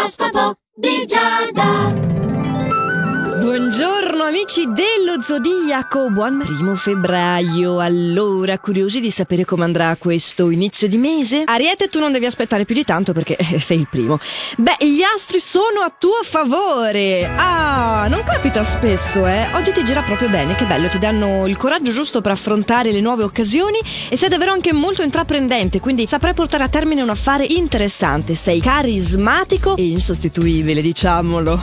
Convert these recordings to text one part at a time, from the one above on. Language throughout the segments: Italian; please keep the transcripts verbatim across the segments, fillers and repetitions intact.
L'oroscopo di Giada. Buongiorno amici dello Zodiaco, buon primo febbraio. Allora, curiosi di sapere come andrà questo inizio di mese? Ariete, tu non devi aspettare più di tanto perché sei il primo. Beh, gli astri sono a tuo favore. Ah, non capita spesso, eh. Oggi ti gira proprio bene, che bello, ti danno il coraggio giusto per affrontare le nuove occasioni e sei davvero anche molto intraprendente, quindi saprai portare a termine un affare interessante. Sei carismatico e insostituibile, diciamolo.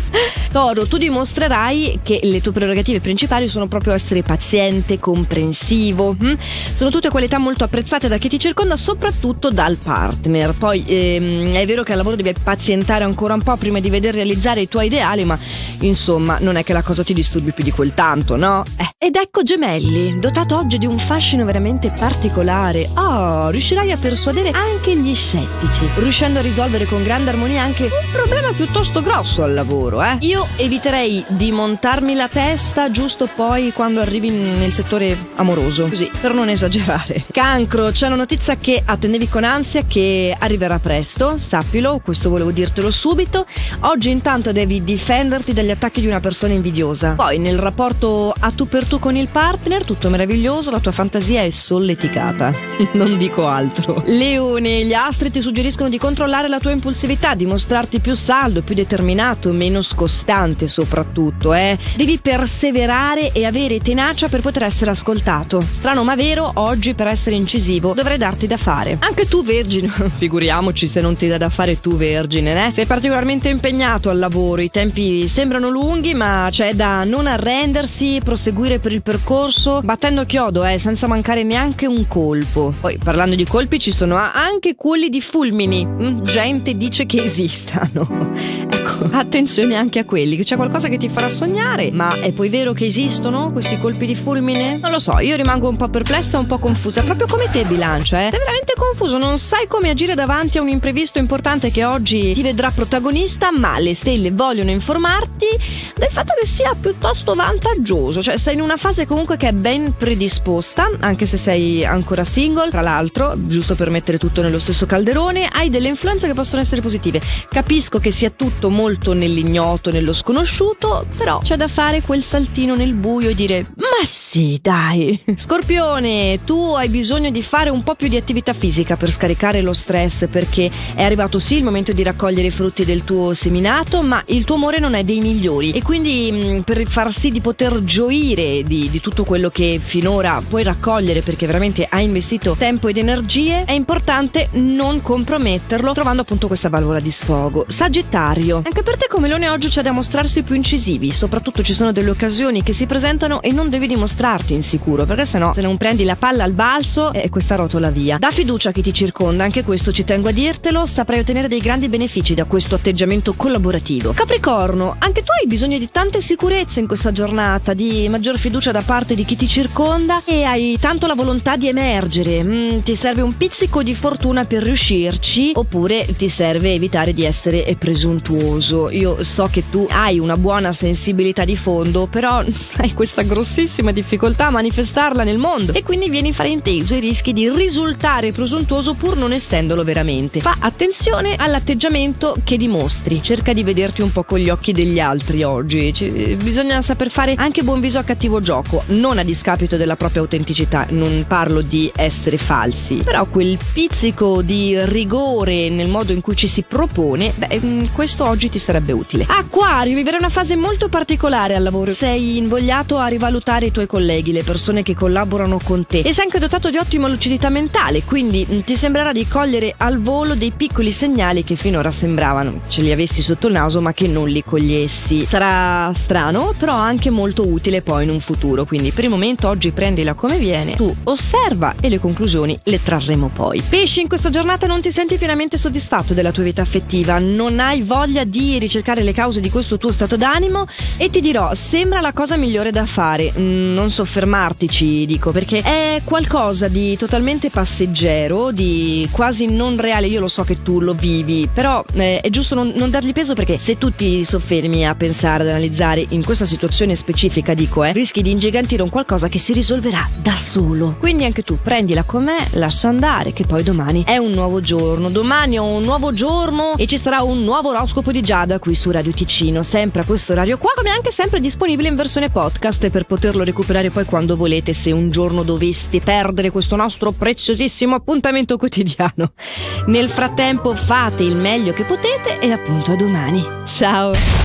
Toro, tu dimostri dimostrerai che le tue prerogative principali sono proprio essere paziente, comprensivo. Hm? Sono tutte qualità molto apprezzate da chi ti circonda, soprattutto dal partner. Poi ehm, è vero che al lavoro devi pazientare ancora un po' prima di veder realizzare i tuoi ideali, ma insomma non è che la cosa ti disturbi più di quel tanto, no? Eh. Ed ecco Gemelli, dotato oggi di un fascino veramente particolare. Oh, riuscirai a persuadere anche gli scettici, riuscendo a risolvere con grande armonia anche un problema piuttosto grosso al lavoro, eh? Io eviterei di montarmi la testa giusto poi quando arrivi nel settore amoroso, così per non esagerare. Cancro, c'è una notizia che attendevi con ansia che arriverà presto, sappilo, questo volevo dirtelo subito. Oggi intanto devi difenderti dagli attacchi di una persona invidiosa. Poi nel rapporto a tu per tu con il partner tutto meraviglioso, la tua fantasia è solleticata. Non dico altro. Leone, gli astri ti suggeriscono di controllare la tua impulsività, di mostrarti più saldo, più determinato, meno scostante soprattutto. Tutto, eh. Devi perseverare e avere tenacia per poter essere ascoltato. Strano ma vero, oggi per essere incisivo dovrei darti da fare. Anche tu vergine, figuriamoci se non ti dà da fare tu vergine, eh? Sei particolarmente impegnato al lavoro, i tempi sembrano lunghi ma c'è da non arrendersi, proseguire per il percorso battendo chiodo, eh, senza mancare neanche un colpo. Poi parlando di colpi ci sono anche quelli di fulmini, mm, gente dice che esistano. Ecco, attenzione anche a quelli, c'è qualcosa che ti farà sognare, ma è poi vero che esistono questi colpi di fulmine? Non lo so, io rimango un po' perplessa e un po' confusa, proprio come te Bilancia, eh? Sei veramente confuso, non sai come agire davanti a un imprevisto importante che oggi ti vedrà protagonista, ma le stelle vogliono informarti del fatto che sia piuttosto vantaggioso, cioè sei in una fase comunque che è ben predisposta, anche se sei ancora single, tra l'altro, giusto per mettere tutto nello stesso calderone, hai delle influenze che possono essere positive. Capisco che sia tutto molto nell'ignoto, nello sconosciuto, però c'è da fare quel saltino nel buio e dire ma sì dai. Scorpione, tu hai bisogno di fare un po' più di attività fisica per scaricare lo stress, perché è arrivato sì il momento di raccogliere i frutti del tuo seminato, ma il tuo umore non è dei migliori e quindi mh, per far sì di poter gioire di, di tutto quello che finora puoi raccogliere, perché veramente hai investito tempo ed energie, è importante non comprometterlo trovando appunto questa valvola di sfogo. Sagittario, anche per te come Leone oggi c'è da mostrarsi più incisivi, soprattutto ci sono delle occasioni che si presentano e non devi dimostrarti insicuro, perché sennò se non prendi la palla al balzo e eh, questa rotola via. Da fiducia a chi ti circonda, anche questo ci tengo a dirtelo, saprai ottenere dei grandi benefici da questo atteggiamento collaborativo. Capricorno, anche tu hai bisogno di tante sicurezze in questa giornata, di maggior fiducia da parte di chi ti circonda e hai tanto la volontà di emergere. Mm, ti serve un pizzico di fortuna per riuscirci, oppure ti serve evitare di essere presuntuoso. Io so che tu hai una buona sensibilità di fondo, però hai questa grossissima difficoltà a manifestarla nel mondo e quindi vieni frainteso e rischi di risultare presuntuoso pur non essendolo veramente. Fa attenzione all'atteggiamento che dimostri, cerca di vederti un po' con gli occhi degli altri oggi. C- bisogna saper fare anche buon viso a cattivo gioco, non a discapito della propria autenticità, non parlo di essere falsi, però quel pizzico di rigore nel modo in cui ci si propone, beh, questo oggi ti sarebbe utile. Acquario, vivere una fase molto particolare al lavoro, sei invogliato a rivalutare i tuoi colleghi, le persone che collaborano con te, e sei anche dotato di ottima lucidità mentale, quindi ti sembrerà di cogliere al volo dei piccoli segnali che finora sembravano ce li avessi sotto il naso ma che non li cogliessi. Sarà strano, però anche molto utile poi in un futuro, quindi per il momento oggi prendila come viene, tu osserva e le conclusioni le trarremo poi. Pesci, in questa giornata non ti senti pienamente soddisfatto della tua vita affettiva, non hai voglia di ricercare le cause di questo tuo stato d'animo e ti dirò, sembra la cosa migliore da fare. Mm, non soffermartici, dico, perché è qualcosa di totalmente passeggero, di quasi non reale. Io lo so che tu lo vivi, però eh, è giusto non, non dargli peso, perché se tu ti soffermi a pensare, ad analizzare in questa situazione specifica, dico, eh, rischi di ingigantire un qualcosa che si risolverà da solo. Quindi anche tu prendila con me, lascia andare, che poi domani è un nuovo giorno. Domani è un nuovo giorno e ci sarà un nuovo oroscopo di Giada qui su Radio Ticino, sempre a questo orario qua, come anche sempre disponibile in versione podcast per poterlo recuperare poi quando volete, se un giorno doveste perdere questo nostro preziosissimo appuntamento quotidiano. Nel frattempo fate il meglio che potete e appunto a domani. Ciao!